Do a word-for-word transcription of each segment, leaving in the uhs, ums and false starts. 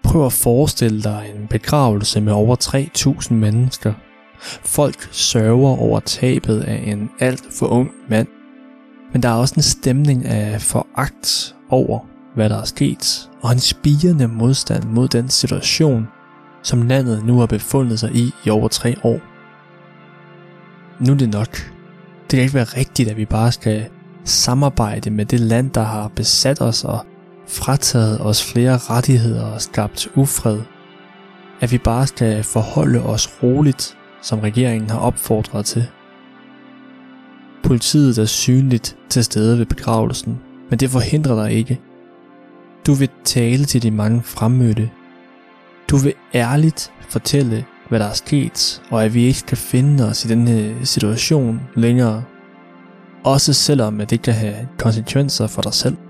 Prøv at forestille dig en begravelse med over tre tusind mennesker. Folk sørger over tabet af en alt for ung mand. Men der er også en stemning af foragt over, hvad der er sket, og en spirende modstand mod den situation, som landet nu har befundet sig i i over tre år. Nu er det nok. Det kan ikke være rigtigt, at vi bare skal samarbejde med det land, der har besat os og frataget os flere rettigheder og skabt ufred. At vi bare skal forholde os roligt, som regeringen har opfordret til. Politiet er synligt til stede ved begravelsen, men det forhindrer dig ikke. Du vil tale til de mange fremmødte. Du vil ærligt fortælle, hvad der er sket, og at vi ikke skal finde os i denne situation længere. Også selvom at det kan have konsekvenser for dig selv.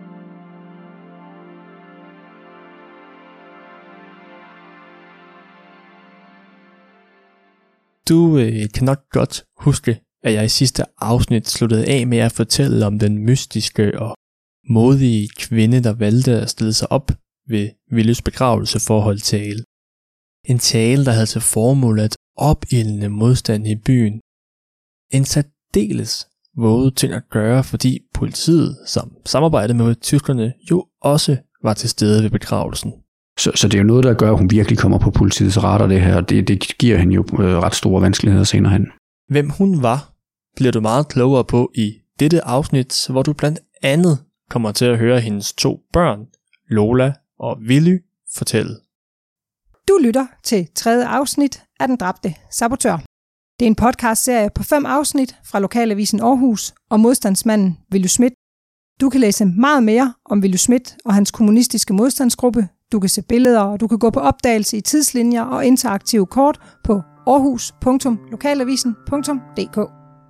Du øh, kan nok godt huske, at jeg i sidste afsnit sluttede af med at fortælle om den mystiske og modige kvinde, der valgte at stille sig op ved Willys begravelse for at holde tale. En tale, der havde til formål at opildne modstand i byen. En særdeles våget ting at gøre, fordi politiet, som samarbejdede med tyskerne, jo også var til stede ved begravelsen. Så, så det er jo noget, der gør, at hun virkelig kommer på politiets radar, det her. Det, det giver hende jo øh, ret store vanskeligheder senere hen. Hvem hun var, bliver du meget klogere på i dette afsnit, hvor du blandt andet kommer til at høre hendes to børn, Lola og Willy, fortælle. Du lytter til tredje afsnit af Den dræbte sabotør. Det er en podcastserie på fem afsnit fra Lokalavisen Aarhus og modstandsmanden Willy Schmidt. Du kan læse meget mere om Willy Schmidt og hans kommunistiske modstandsgruppe. Du kan se billeder, og du kan gå på opdagelse i tidslinjer og interaktive kort på aarhus punktum lokalavisen punktum d k.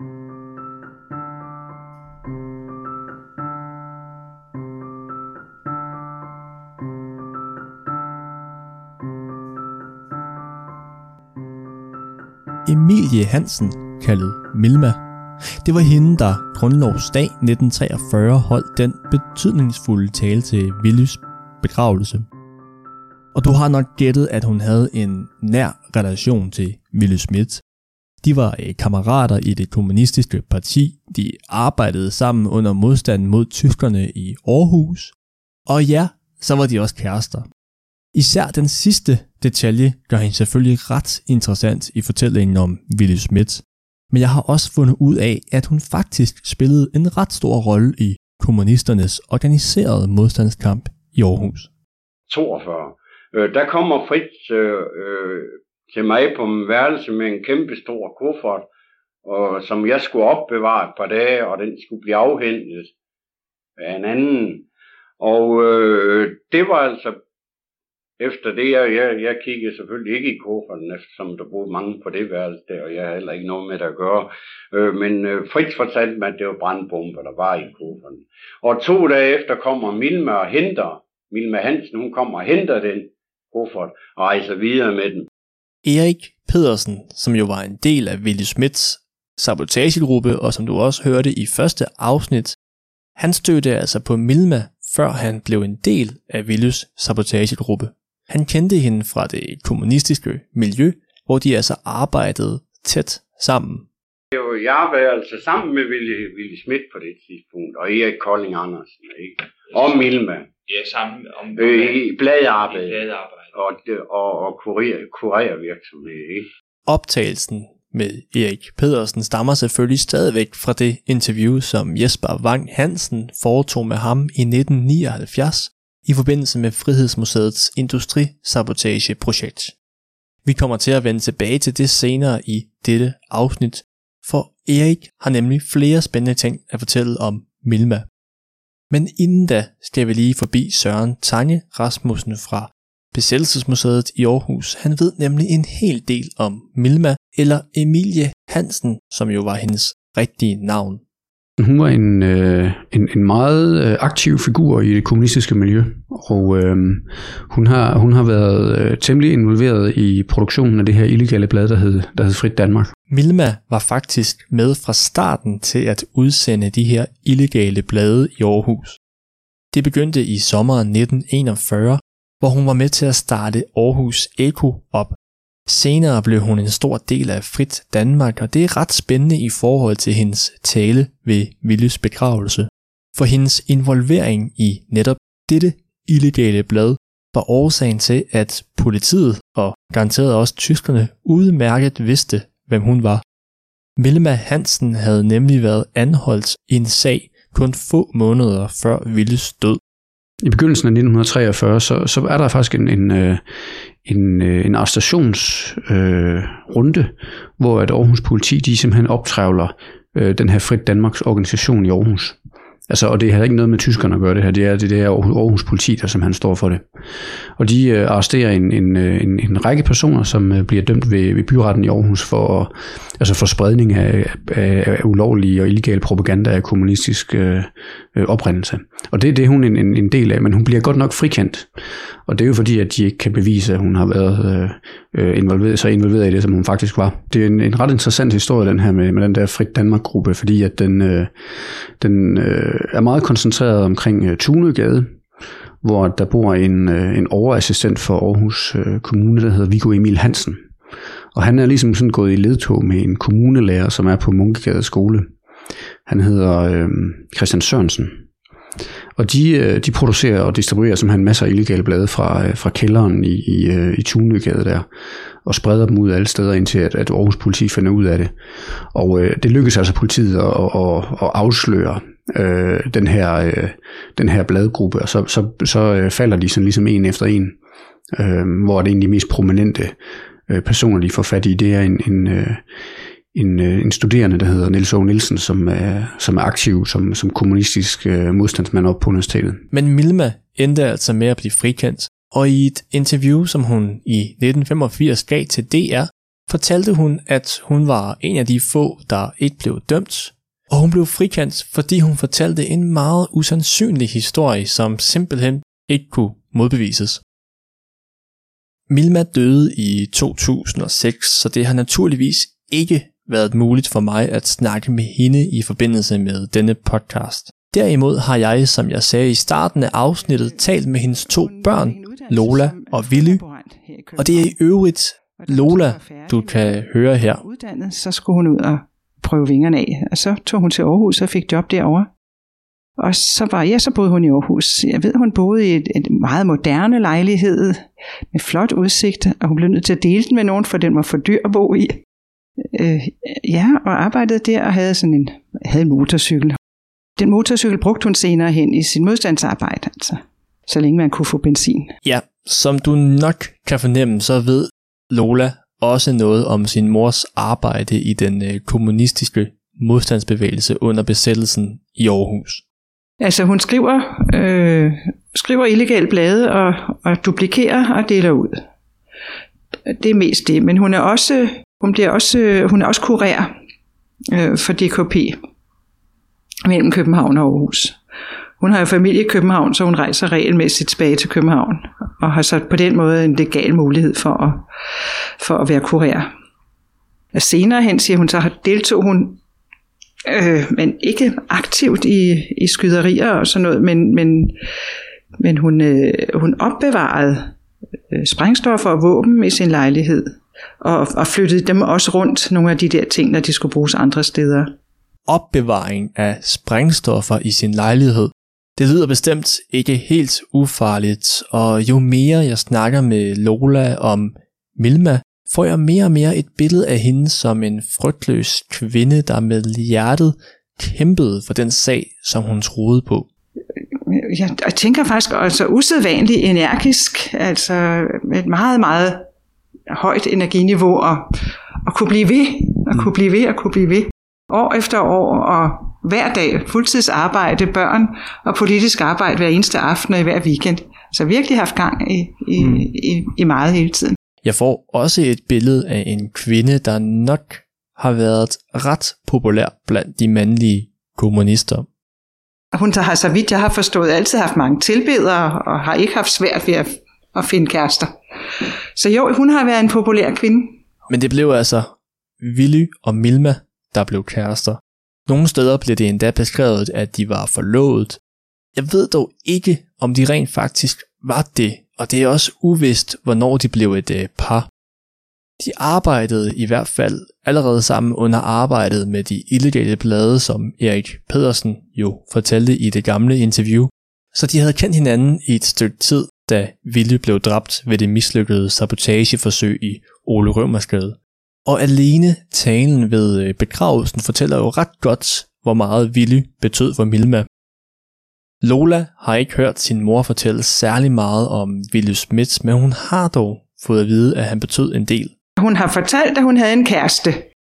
Emilie Hansen, kaldet Milma. Det var hende, der grundlovsdag nitten treogfyrre holdt den betydningsfulde tale til Willys begravelse. Og du har nok gættet, at hun havde en nær relation til Willy Schmidt. De var kammerater i det kommunistiske parti. De arbejdede sammen under modstanden mod tyskerne i Aarhus. Og ja, så var de også kærester. Især den sidste detalje gør hende selvfølgelig ret interessant i fortællingen om Willy Schmidt. Men jeg har også fundet ud af, at hun faktisk spillede en ret stor rolle i kommunisternes organiserede modstandskamp i Aarhus. toogfyrre. Øh, der kommer Fritz øh, øh, til mig på min værelse med en kæmpe stor kuffert, og, som jeg skulle opbevare et par dage, og den skulle blive afhentet af en anden. Og øh, det var altså, efter det, jeg, jeg, jeg kiggede selvfølgelig ikke i kufferten, eftersom der boede mange på det værelse der, og jeg havde heller ikke noget med det at gøre. Øh, men øh, Fritz fortalte mig, at det var brandbomber, der var i kufferten. Og to dage efter kommer Milma og henter, Milma Hansen, hun kommer og henter den kuffert og rejser videre med den. Erik Pedersen, som jo var en del af Willy Schmidts sabotagegruppe, og som du også hørte i første afsnit, han stødte altså på Milma, før han blev en del af Willys sabotagegruppe. Han kendte hende fra det kommunistiske miljø, hvor de altså arbejdede tæt sammen. Jeg arbejdede altså sammen med Willy, Willy Schmidt på det tidspunkt, og Erik Kolding Andersen, ikke? Og Milma. Ja, sammen om øh, i bladarbejde, i bladarbejde. og, og, og kurer, kurervirksomhed, ikke? Optagelsen med Erik Pedersen stammer selvfølgelig stadigvæk fra det interview, som Jesper Vang Hansen foretog med ham i nitten nioghalvfjerds i forbindelse med Frihedsmuseets industrisabotageprojekt. Vi kommer til at vende tilbage til det senere i dette afsnit, for Erik har nemlig flere spændende ting at fortælle om Milma. Men inden da skal vi lige forbi Søren Tange Rasmussen fra Besættelsesmuseet i Aarhus. Han ved nemlig en hel del om Milma, eller Emilie Hansen, som jo var hendes rigtige navn. Hun var en, øh, en, en meget øh, aktiv figur i det kommunistiske miljø, og øh, hun, har, hun har været øh, temmelig involveret i produktionen af det her illegale blad, der hed, der hed Frit Danmark. Milma var faktisk med fra starten til at udsende de her illegale blade i Aarhus. Det begyndte i sommeren nitten enogfyrre, hvor hun var med til at starte Aarhus Eko op. Senere blev hun en stor del af Frit Danmark, og det er ret spændende i forhold til hendes tale ved Willys begravelse. For hendes involvering i netop dette illegale blad var årsagen til, at politiet og garanteret også tyskerne udmærket vidste, hvem hun var. Milma Hansen havde nemlig været anholdt i en sag kun få måneder før Willys død. I begyndelsen af nitten treogfyrre, så, så er der faktisk en, en, en, en arrestationsrunde, øh, hvor at Aarhus Politi de simpelthen optrævler øh, den her Frit Danmarks organisation i Aarhus. Altså, og det har ikke noget med tyskerne at gøre det her, det er det der Aarhus Politi, der simpelthen står for det. Og de øh, arresterer en, en, en, en række personer, som øh, bliver dømt ved, ved byretten i Aarhus for, altså for spredning af, af, af ulovlig og illegal propaganda af kommunistisk øh, oprindelse. Og det, det er hun en, en, en del af, men hun bliver godt nok frikendt. Og det er jo fordi, at de ikke kan bevise, at hun har været øh, involveret, så involveret i det, som hun faktisk var. Det er en, en ret interessant historie, den her med, med den der Frit Danmark-gruppe, fordi at den, øh, den øh, er meget koncentreret omkring øh, Tunøgade, hvor der bor en, øh, en overassistent for Aarhus øh, Kommune, der hedder Viggo Emil Hansen. Og han er ligesom sådan gået i ledtog med en kommunelærer, som er på Munkegade skole. Han hedder øh, Christian Sørensen. Og de, de producerer og distribuerer simpelthen masser af illegale blade fra, fra kælderen i, i, i Tunøgade der, og spreder dem ud alle steder, indtil at, at Aarhus Politi finder ud af det. Og øh, det lykkes altså politiet at, at, at afsløre øh, den, her, øh, den her bladgruppe, og så, så, så øh, falder de sådan ligesom en efter en, øh, hvor det egentlig mest prominente øh, personer, de får fat i, det er en, en øh, En, en studerende, der hedder Niels Aage Nielsen, som er, som er aktiv som, som kommunistisk øh, modstandsmand op på universitetet. Men Milma endte altså med at blive frikendt, og i et interview, som hun i nitten femogfirs gav til D R, fortalte hun, at hun var en af de få, der ikke blev dømt, og hun blev frikendt, fordi hun fortalte en meget usandsynlig historie, som simpelthen ikke kunne modbevises. Milma døde i to tusind og seks, så det har naturligvis ikke været muligt for mig at snakke med hende i forbindelse med denne podcast. Derimod har jeg, som jeg sagde i starten af afsnittet, talt med hendes to børn, Lola og Willy, og det er i øvrigt Lola, du kan høre her. Uddannet, så skulle hun ud og prøve vingerne af, og så tog hun til Aarhus og fik job derovre. Og så var ja, så boede hun i Aarhus. Jeg ved, hun boede i et, et meget moderne lejlighed med flot udsigt, og hun blev nødt til at dele den med nogen, for den var for dyr at bo i. Øh, ja, og arbejdede der og havde sådan en, havde en motorcykel. Den motorcykel brugte hun senere hen i sin modstandsarbejde, altså, så længe man kunne få benzin. Ja, som du nok kan fornemme, så ved Lola også noget om sin mors arbejde i den øh, kommunistiske modstandsbevægelse under besættelsen i Aarhus. Altså hun skriver, øh, skriver illegale blade og, og duplikerer og deler ud. Det er mest det, men hun er også Hun, bliver også, hun er også kurér øh, for D K P mellem København og Aarhus. Hun har jo familie i København, så hun rejser regelmæssigt tilbage til København, og har så på den måde en legal mulighed for at, for at være kurér. Senere hen, siger hun, så deltog hun, øh, men ikke aktivt i, i skyderier og sådan noget, men, men, men hun, øh, hun opbevarede øh, sprængstoffer og våben i sin lejlighed, og, og flyttede dem også rundt, nogle af de der ting, når de skulle bruges andre steder. Opbevaring af sprængstoffer i sin lejlighed. Det lyder bestemt ikke helt ufarligt, og jo mere jeg snakker med Lola om Milma, får jeg mere og mere et billede af hende som en frygtløs kvinde, der med hjertet kæmpede for den sag, som hun troede på. Jeg, jeg tænker faktisk altså usædvanligt energisk, altså med et meget, meget højt energiniveau, og, og kunne blive ved, og kunne blive ved, og kunne blive ved, år efter år, og hver dag fuldtidsarbejde, børn og politisk arbejde hver eneste aften og i hver weekend. Så virkelig haft gang i, i, mm. i, i meget hele tiden. Jeg får også et billede af en kvinde, der nok har været ret populær blandt de mandlige kommunister. Hun har, så vidt jeg har forstået, altid haft mange tilbedere, og har ikke haft svært ved at, at finde kærester. Så jo, hun har været en populær kvinde. Men det blev altså Willy og Milma, der blev kærester. Nogle steder blev det endda beskrevet, at de var forlovet. Jeg ved dog ikke, om de rent faktisk var det, og det er også uvist, hvornår de blev et øh, par. De arbejdede i hvert fald allerede sammen under arbejdet med de illegale blade, som Erik Pedersen jo fortalte i det gamle interview. Så de havde kendt hinanden i et stykke tid, da Willy blev dræbt ved det mislykkede sabotageforsøg i Ole Rømersgade. Og alene talen ved begravelsen fortæller jo ret godt, hvor meget Willy betød for Milma. Lola har ikke hørt sin mor fortælle særlig meget om Willy Schmidt, men hun har dog fået at vide, at han betød en del. Hun har fortalt, at hun havde en kæreste,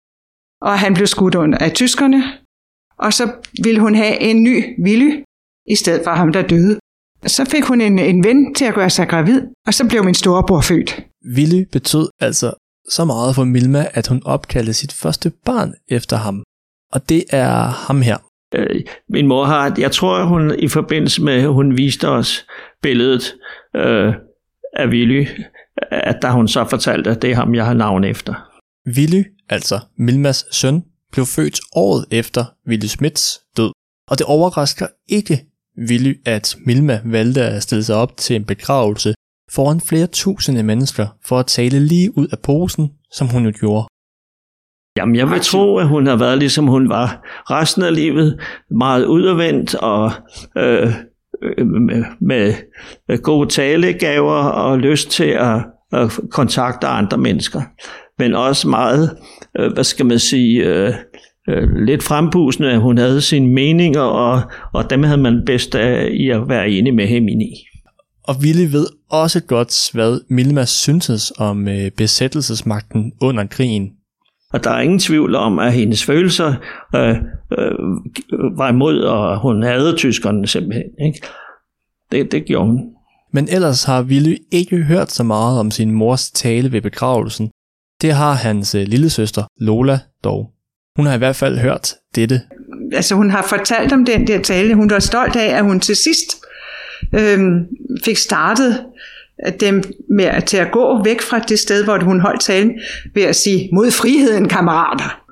og han blev skudt under af tyskerne, og så ville hun have en ny Willy, i stedet for ham, der døde. Så fik hun en, en ven til at gøre sig gravid, og så blev min storebror født. Willy betød altså så meget for Milma, at hun opkaldte sit første barn efter ham. Og det er ham her. Øh, min mor har, jeg tror hun i forbindelse med, hun viste os billedet øh, af Willy, at da hun så fortalte, at det er ham, jeg har navn efter. Willy, altså Milmas søn, blev født året efter Willy Schmidts død. Og det overrasker ikke Willy, at Milma valgte at stille sig op til en begravelse foran flere tusinde mennesker for at tale lige ud af posen, som hun jo gjorde. Jamen, jeg vil tro, at hun har været ligesom hun var resten af livet, meget udadvendt og øh, med, med gode talegaver og lyst til at, at kontakte andre mennesker. Men også meget, øh, hvad skal man sige, øh, øh, lidt frempusende, at hun havde sine meninger, og, og dem havde man bedst af i at være enig med hende i. Og Willy ved også godt, hvad Milma syntes om øh, besættelsesmagten under krigen. Og der er ingen tvivl om, at hendes følelser øh, øh, var imod, og hun havde tyskerne simpelthen. Ikke? Det, det gjorde hun. Men ellers har Willy ikke hørt så meget om sin mors tale ved begravelsen. Det har hans øh, lillesøster Lola dog. Hun har i hvert fald hørt dette. Altså hun har fortalt om den der tale. Hun var stolt af, at hun til sidst øh, fik startet dem med at, til at gå væk fra det sted, hvor hun holdt talen, ved at sige, mod friheden, kammerater.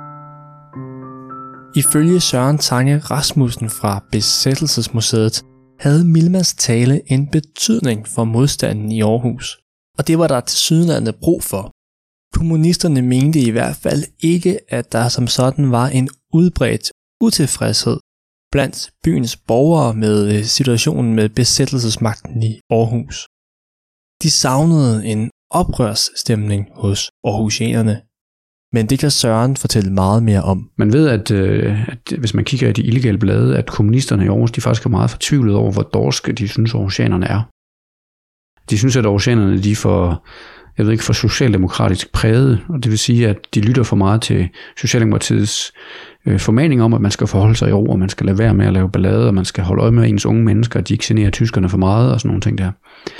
Ifølge Søren Tange Rasmussen fra Besættelsesmuseet havde Milmas tale en betydning for modstanden i Aarhus. Og det var der tilsyneladende brug for. Kommunisterne mente i hvert fald ikke, at der som sådan var en udbredt utilfredshed blandt byens borgere med situationen med besættelsesmagten i Aarhus. De savnede en oprørsstemning hos aarhusianerne. Men det kan Søren fortælle meget mere om. Man ved, at, øh, at hvis man kigger i de illegale blade, at kommunisterne i Aarhus, de faktisk er meget fortvivlet over, hvor dorske de synes, aarhusianerne er. De synes, at aarhusianerne de er for, jeg ved ikke, for socialdemokratisk præget, og det vil sige, at de lytter for meget til Socialdemokratiets øh, formaning om, at man skal forholde sig i ro, og man skal lade være med at lave ballade, og man skal holde øje med ens unge mennesker, at de ikke generer tyskerne for meget, og sådan nogle ting der.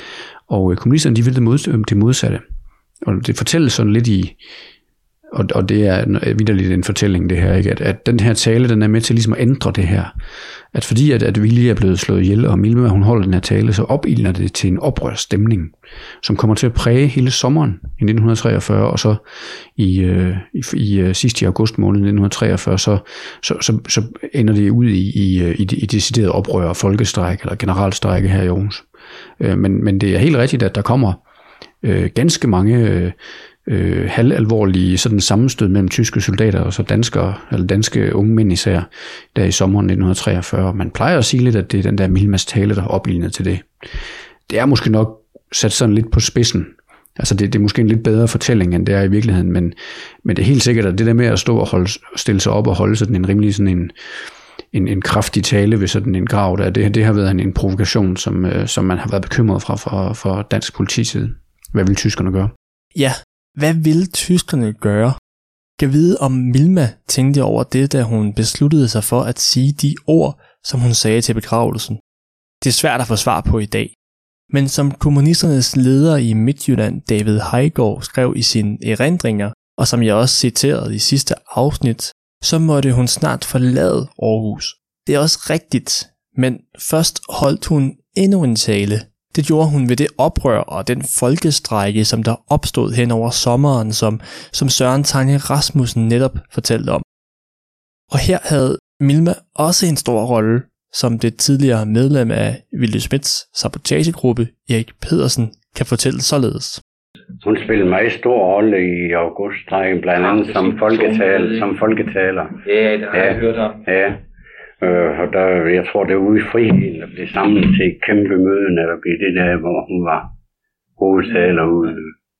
Og kommunisterne, de vil det, mod, det modsatte. Og det fortælles sådan lidt i, og, og det er vitterligt en fortælling det her, ikke? At, at den her tale, den er med til ligesom at ændre det her. At fordi at, at Willy er blevet slået ihjel, og Milma, hun holder den her tale, så opildner det til en oprørsstemning, som kommer til at præge hele sommeren i nitten treogfyrre, og så i, øh, i, i sidst i august måned nitten treogfyrre, så, så, så, så ender det ud i, i, i, i decideret oprør og folkestrejke, eller generalstrejke her i Aarhus. Men, men det er helt rigtigt, at der kommer øh, ganske mange øh, øh, halvalvorlige sådan sammenstød mellem tyske soldater og så danskere, eller danske unge mænd især, der i sommeren nitten treogfyrre. Man plejer at sige lidt, at det er den der Milmas tale, der har opildnet til det. Det er måske nok sat sådan lidt på spidsen. Altså det, det er måske en lidt bedre fortælling, end det er i virkeligheden, men, men det er helt sikkert, at det der med at stå og holde, stille sig op og holde sådan en rimelig sådan en En, en kraftig tale ved sådan en grav der. Det, det har været en, en provokation, som, øh, som man har været bekymret fra for, for dansk politiside. Hvad vil tyskerne gøre? Ja, hvad vil tyskerne gøre? Kan vide, om Milma tænkte over det, da hun besluttede sig for at sige de ord, som hun sagde til begravelsen. Det er svært at få svar på i dag. Men som kommunisternes leder i Midtjylland, David Heigård, skrev i sine erindringer, og som jeg også citerede i sidste afsnit, så måtte hun snart forlade Aarhus. Det er også rigtigt, men først holdt hun endnu en tale. Det gjorde hun ved det oprør og den folkestrejke, som der opstod hen over sommeren, som, som Søren Tange Rasmussen netop fortalte om. Og her havde Milma også en stor rolle som det tidligere medlem af Willy Smiths sabotagegruppe, Erik Pedersen, kan fortælle således. Hun spillede en meget stor rolle i auguststrejken, blandt andet som, folketal, som folketaler. Ja, det har ja, jeg hørt om. Ja, øh, og der, jeg tror, det var ude i Friheden, der blev samlet til et kæmpe møde, netop i det der, hvor hun var hovedtaler ude.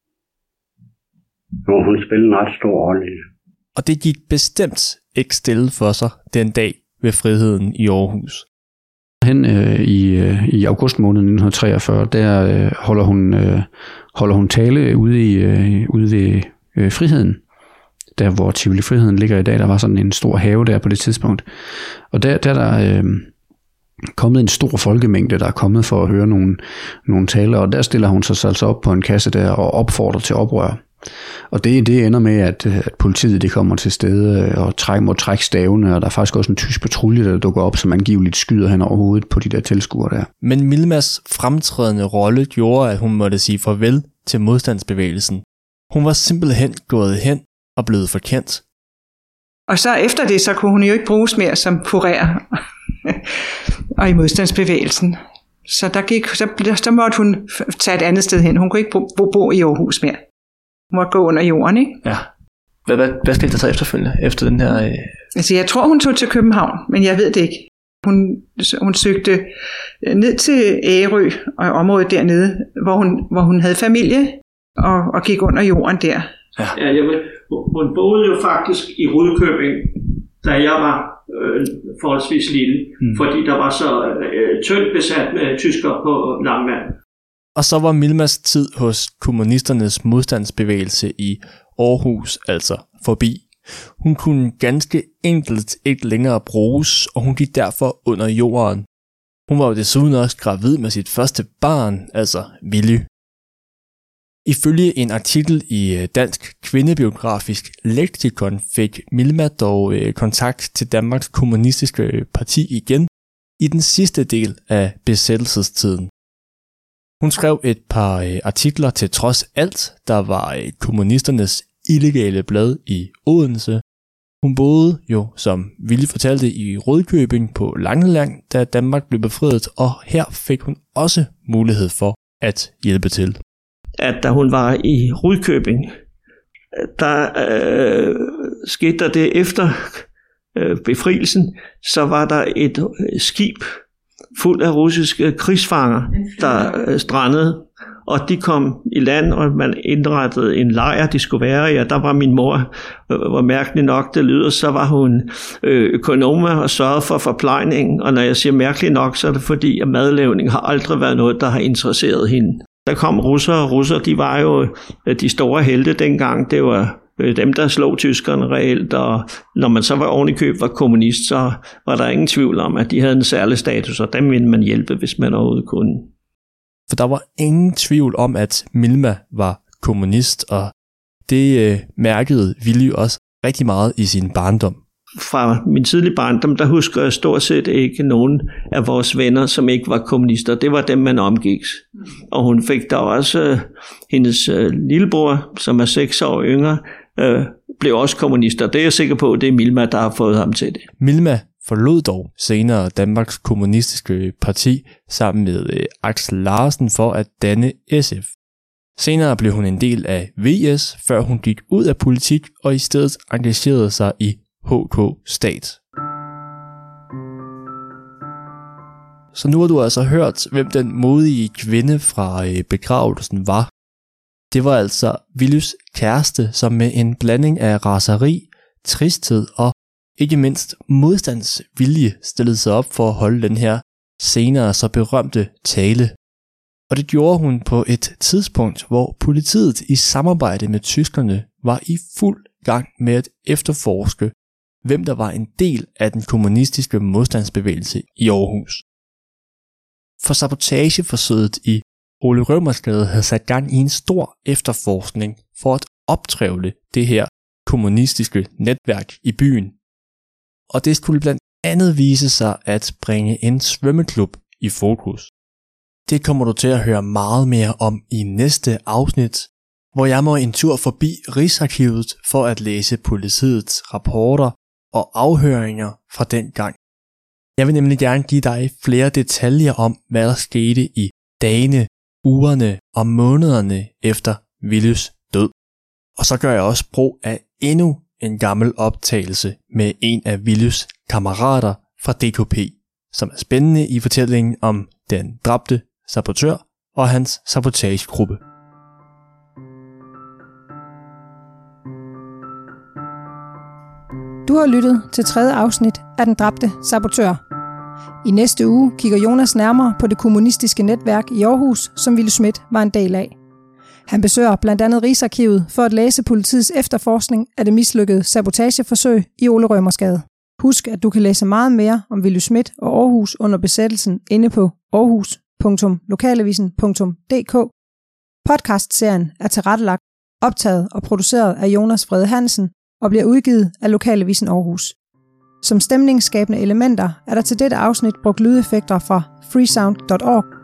Hvor hun spillede en ret stor rolle i det. Og det gik bestemt ikke stille for sig den dag ved Friheden i Aarhus. Hen øh, i, øh, i august måned nitten treogfyrre, der øh, holder, hun, øh, holder hun tale ude, i, øh, ude ved øh, Friheden. Der hvor Tivoli Friheden ligger i dag, der var sådan en stor have der på det tidspunkt. Og der, der er der øh, kommet en stor folkemængde, der er kommet for at høre nogle, nogle taler, og der stiller hun sig altså op på en kasse der og opfordrer til oprør. Og det, det ender med, at, at politiet det kommer til stede og træk, må trække stavene, og der er faktisk også en tysk patrulje, der dukker op, som angiveligt skyder hen over hovedet på de der tilskuere der. Men Milmas fremtrædende rolle gjorde, at hun måtte sige farvel til modstandsbevægelsen. Hun var simpelthen gået hen og blevet forkendt. Og så efter det, så kunne hun jo ikke bruges mere som kurér og i modstandsbevægelsen. Så der gik, så, så måtte hun tage et andet sted hen. Hun kunne ikke bo, bo, bo i Aarhus mere. Hun måtte gå under jorden, ikke? Ja. Hvad, hvad, hvad skete der så efterfølgende, efter den her... Øh... Altså, jeg tror, hun tog til København, men jeg ved det ikke. Hun, hun søgte ned til Ærø og området dernede, hvor hun, hvor hun havde familie og, og gik under jorden der. Ja, ja jeg ved, hun boede jo faktisk i Rudkøbing, da jeg var øh, forholdsvis lille, mm. fordi der var så øh, tyndt besat med tyskere på Langeland. Og så var Milmas tid hos kommunisternes modstandsbevægelse i Aarhus altså forbi. Hun kunne ganske enkelt ikke længere bruges, og hun gik derfor under jorden. Hun var jo desuden også gravid med sit første barn, altså Willy. Ifølge en artikel i Dansk Kvindebiografisk Leksikon fik Milma dog kontakt til Danmarks Kommunistiske Parti igen i den sidste del af besættelsestiden. Hun skrev et par artikler til trods alt, der var kommunisternes illegale blad i Odense. Hun boede jo, som Willy fortalte, i Rudkøbing på Langeland, da Danmark blev befriet, og her fik hun også mulighed for at hjælpe til. At da hun var i Rudkøbing, der øh, skete der det efter øh, befrielsen, så var der et skib fuld af russiske krigsfanger, der øh, strandede, og de kom i land, og man indrettede en lejr, de skulle være i, og der var min mor, øh, hvor mærkeligt nok det lyder, så var hun øh, økonoma og sørgede for forplejningen, og når jeg siger mærkeligt nok, så er det fordi, at madlavning har aldrig været noget, der har interesseret hende. Der kom russere, og russere, de var jo de store helte dengang, det var dem, der slog tyskerne reelt, og når man så var ovenikøb var kommunist, så var der ingen tvivl om, at de havde en særlig status, og dem ville man hjælpe, hvis man overhovedet kunne. For der var ingen tvivl om, at Milma var kommunist, og det øh, mærkede Willy også rigtig meget i sin barndom. Fra min tidlige barndom, der husker jeg stort set ikke nogen af vores venner, som ikke var kommunister. Det var dem, man omgik. Og hun fik der også, øh, hendes øh, lillebror, som er seks år yngre, øh, blev også kommunister. Det er jeg sikker på, det er Milma, der har fået ham til det. Milma forlod dog senere Danmarks Kommunistiske Parti sammen med øh, Aksel Larsen for at danne S F. Senere blev hun en del af V S, før hun gik ud af politik og i stedet engagerede sig i H K Stat. Så nu har du altså hørt, hvem den modige kvinde fra begravelsen var. Det var altså Willys kæreste, som med en blanding af raseri, tristhed og ikke mindst modstandsvilje stillede sig op for at holde den her senere så berømte tale. Og det gjorde hun på et tidspunkt, hvor politiet i samarbejde med tyskerne var i fuld gang med at efterforske, hvem der var en del af den kommunistiske modstandsbevægelse i Aarhus. For sabotageforsøget i Ole Rømersgade havde sat gang i en stor efterforskning for at optrævle det her kommunistiske netværk i byen. Og det skulle blandt andet vise sig at bringe en svømmeklub i fokus. Det kommer du til at høre meget mere om i næste afsnit, hvor jeg må en tur forbi Rigsarkivet for at læse politiets rapporter og afhøringer fra den gang. Jeg vil nemlig gerne give dig flere detaljer om, hvad der skete i dagene, ugerne og månederne efter Willys død. Og så gør jeg også brug af endnu en gammel optagelse med en af Willys kammerater fra D K P, som er spændende i fortællingen om den dræbte sabotør og hans sabotagegruppe. Du har lyttet til tredje afsnit af Den dræbte sabotør. I næste uge kigger Jonas nærmere på det kommunistiske netværk i Aarhus, som Willy Schmidt var en del af. Han besøger blandt andet Rigsarkivet for at læse politiets efterforskning af det mislykkede sabotageforsøg i Ole Rømersgade. Husk, at du kan læse meget mere om Willy Schmidt og Aarhus under besættelsen inde på aarhus punktum lokalavisen punktum d k. Podcastserien er tilrettelagt, optaget og produceret af Jonas Frede Hansen og bliver udgivet af Lokalavisen Aarhus. Som stemningsskabende elementer er der til dette afsnit brugt lydeffekter fra freesound punktum org